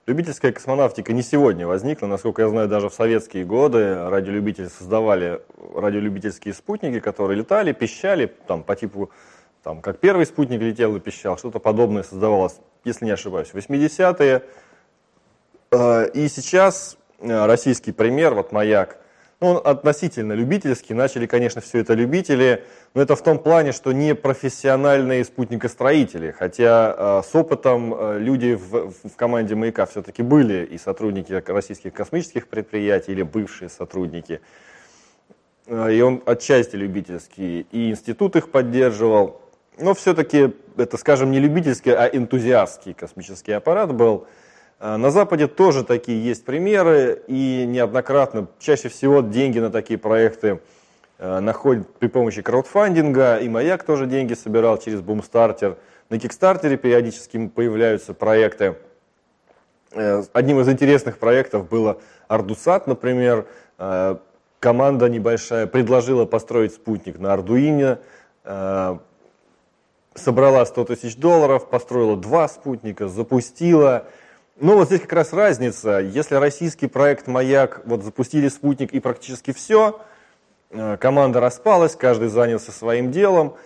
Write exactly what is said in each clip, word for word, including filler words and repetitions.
Любительская космонавтика не сегодня возникла. Насколько я знаю, даже в советские годы радиолюбители создавали радиолюбительские спутники, которые летали, пищали, там, по типу, там, как первый спутник летел и пищал, что-то подобное создавалось, если не ошибаюсь, в восьмидесятые. И сейчас российский пример, вот «Маяк», ну, он относительно любительский. Начали, конечно, все это любители, но это в том плане, что не профессиональные спутникостроители. Хотя э, с опытом э, люди в, в команде «Маяка» все-таки были и сотрудники российских космических предприятий, или бывшие сотрудники. Э, и он отчасти любительский, и институт их поддерживал. Но все-таки это, скажем, не любительский, а энтузиастский космический аппарат был. На Западе тоже такие есть примеры, и неоднократно, чаще всего деньги на такие проекты э, находят при помощи краудфандинга, и «Маяк» тоже деньги собирал через Бумстартер. На Кикстартере периодически появляются проекты. Э, одним из интересных проектов было Ардусат, например. Э, команда небольшая предложила построить спутник на Ардуине, э, собрала сто тысяч долларов, построила два спутника, запустила. Ну вот здесь как раз разница. Если российский проект «Маяк», вот запустили спутник и практически все, команда распалась, каждый занялся своим делом,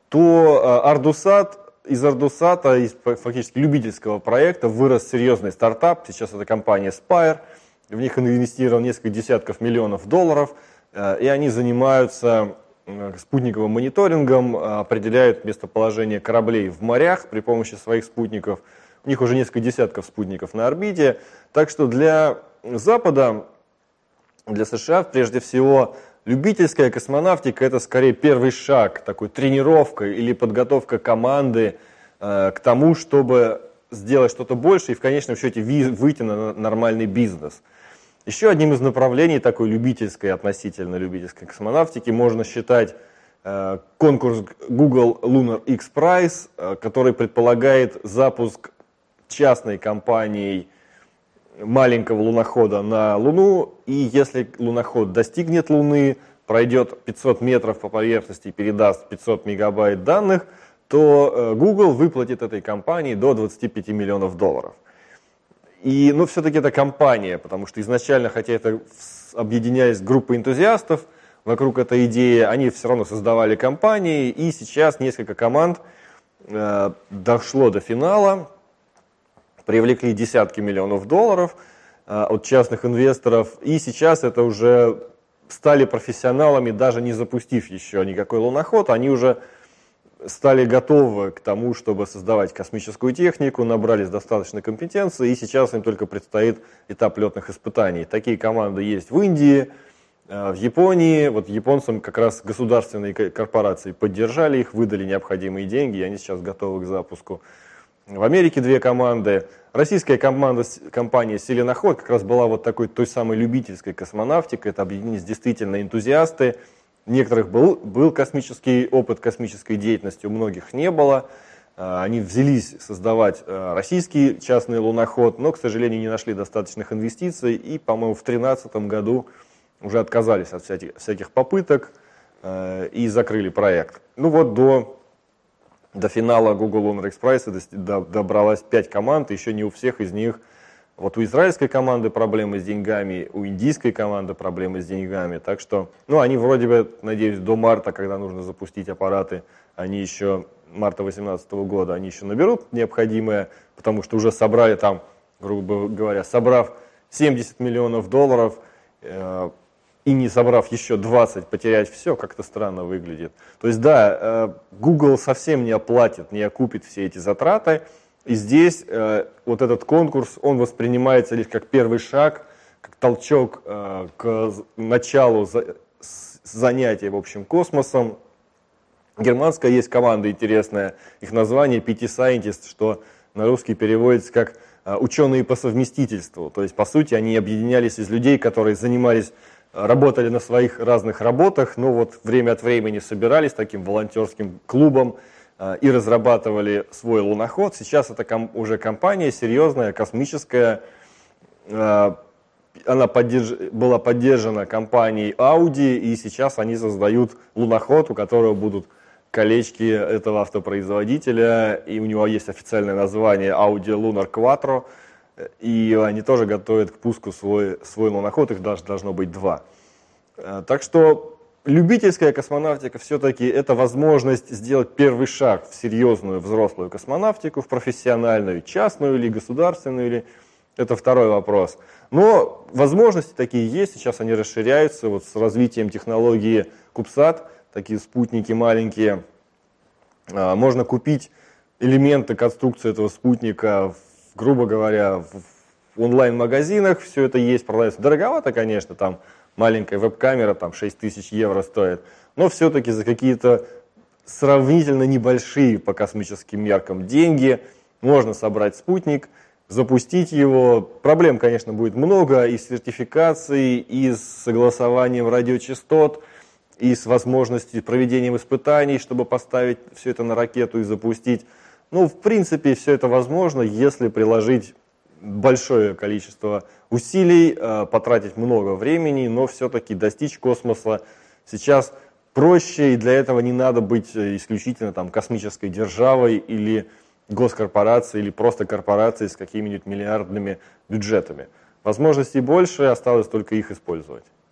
то Ардусат, из Ардусата, из фактически любительского проекта, вырос серьезный стартап. Сейчас это компания Spire, в них инвестировал несколько десятков миллионов долларов, и они занимаются спутниковым мониторингом, определяют местоположение кораблей в морях при помощи своих спутников. У них уже несколько десятков спутников на орбите. Так что для Запада, для США, прежде всего, любительская космонавтика – это скорее первый шаг, такой тренировка или подготовка команды э, к тому, чтобы сделать что-то больше и в конечном счете выйти на нормальный бизнес. Еще одним из направлений такой любительской, относительно любительской космонавтики можно считать э, конкурс Google Lunar X Prize, э, который предполагает запуск частной компанией маленького лунохода на Луну, и если луноход достигнет Луны, пройдет пятьсот метров по поверхности и передаст пятьсот мегабайт данных, то Google выплатит этой компании до двадцати пяти миллионов долларов. И, ну, все-таки это компания, потому что изначально, хотя это объединялись группы энтузиастов вокруг этой идеи, они все равно создавали компании, и сейчас несколько команд э, дошло до финала, привлекли десятки миллионов долларов э, от частных инвесторов, и сейчас это уже стали профессионалами, даже не запустив еще никакой луноход, они уже стали готовы к тому, чтобы создавать космическую технику, набрались достаточно компетенции, и сейчас им только предстоит этап летных испытаний. Такие команды есть в Индии, э, в Японии, вот японцам как раз государственные корпорации поддержали их, выдали необходимые деньги, и они сейчас готовы к запуску. В Америке две команды. Российская команда, компания «Селеноход» как раз была вот такой той самой любительской космонавтикой. Это объединились действительно энтузиасты. У некоторых был, был космический опыт космической деятельности, у многих не было. Они взялись создавать российский частный луноход, но, к сожалению, не нашли достаточных инвестиций и, по-моему, в две тысячи тринадцатом году уже отказались от всяких попыток и закрыли проект. Ну вот до... До финала Google Lunar X Prize добралась пять команд, еще не у всех из них. Вот у израильской команды проблемы с деньгами, у индийской команды проблемы с деньгами. Так что, ну, они вроде бы, надеюсь, до марта, когда нужно запустить аппараты, они еще, марта две тысячи восемнадцатого года, они еще наберут необходимое, потому что уже собрали там, грубо говоря, собрав семьдесят миллионов долларов, э, и не собрав еще двадцать, потерять все, как-то странно выглядит. То есть да, Google совсем не оплатит, не окупит все эти затраты. И здесь вот этот конкурс, он воспринимается лишь как первый шаг, как толчок к началу занятия, в общем, космосом. Германская есть команда интересная, их название пи ти Scientist, что на русский переводится как ученые по совместительству. То есть, по сути, они объединялись из людей, которые занимались работали на своих разных работах, но вот время от времени собирались таким волонтерским клубом э, и разрабатывали свой луноход. Сейчас это ком- уже компания серьезная, космическая. Э, она поддерж... была поддержана компанией Audi, и сейчас они создают луноход, у которого будут колечки этого автопроизводителя, и у него есть официальное название Audi Lunar Quattro. и они тоже готовят к пуску свой, свой луноход, их даже должно быть два. Так что любительская космонавтика все-таки это возможность сделать первый шаг в серьезную взрослую космонавтику, в профессиональную, частную или государственную, или это второй вопрос. Но возможности такие есть, сейчас они расширяются вот с развитием технологии CubeSat, такие спутники маленькие. Можно купить элементы конструкции этого спутника, грубо говоря, в онлайн-магазинах, все это есть, продается. Дороговато, конечно, там маленькая веб-камера, там шесть тысяч евро стоит, но все-таки за какие-то сравнительно небольшие по космическим меркам деньги можно собрать спутник, запустить его. Проблем, конечно, будет много и с сертификацией, и с согласованием радиочастот, и с возможностью проведения испытаний, чтобы поставить все это на ракету и запустить. Ну, в принципе, все это возможно, если приложить большое количество усилий, потратить много времени, но все-таки достичь космоса сейчас проще, и для этого не надо быть исключительно там, космической державой или госкорпорацией, или просто корпорацией с какими-нибудь миллиардными бюджетами. Возможностей больше, осталось только их использовать.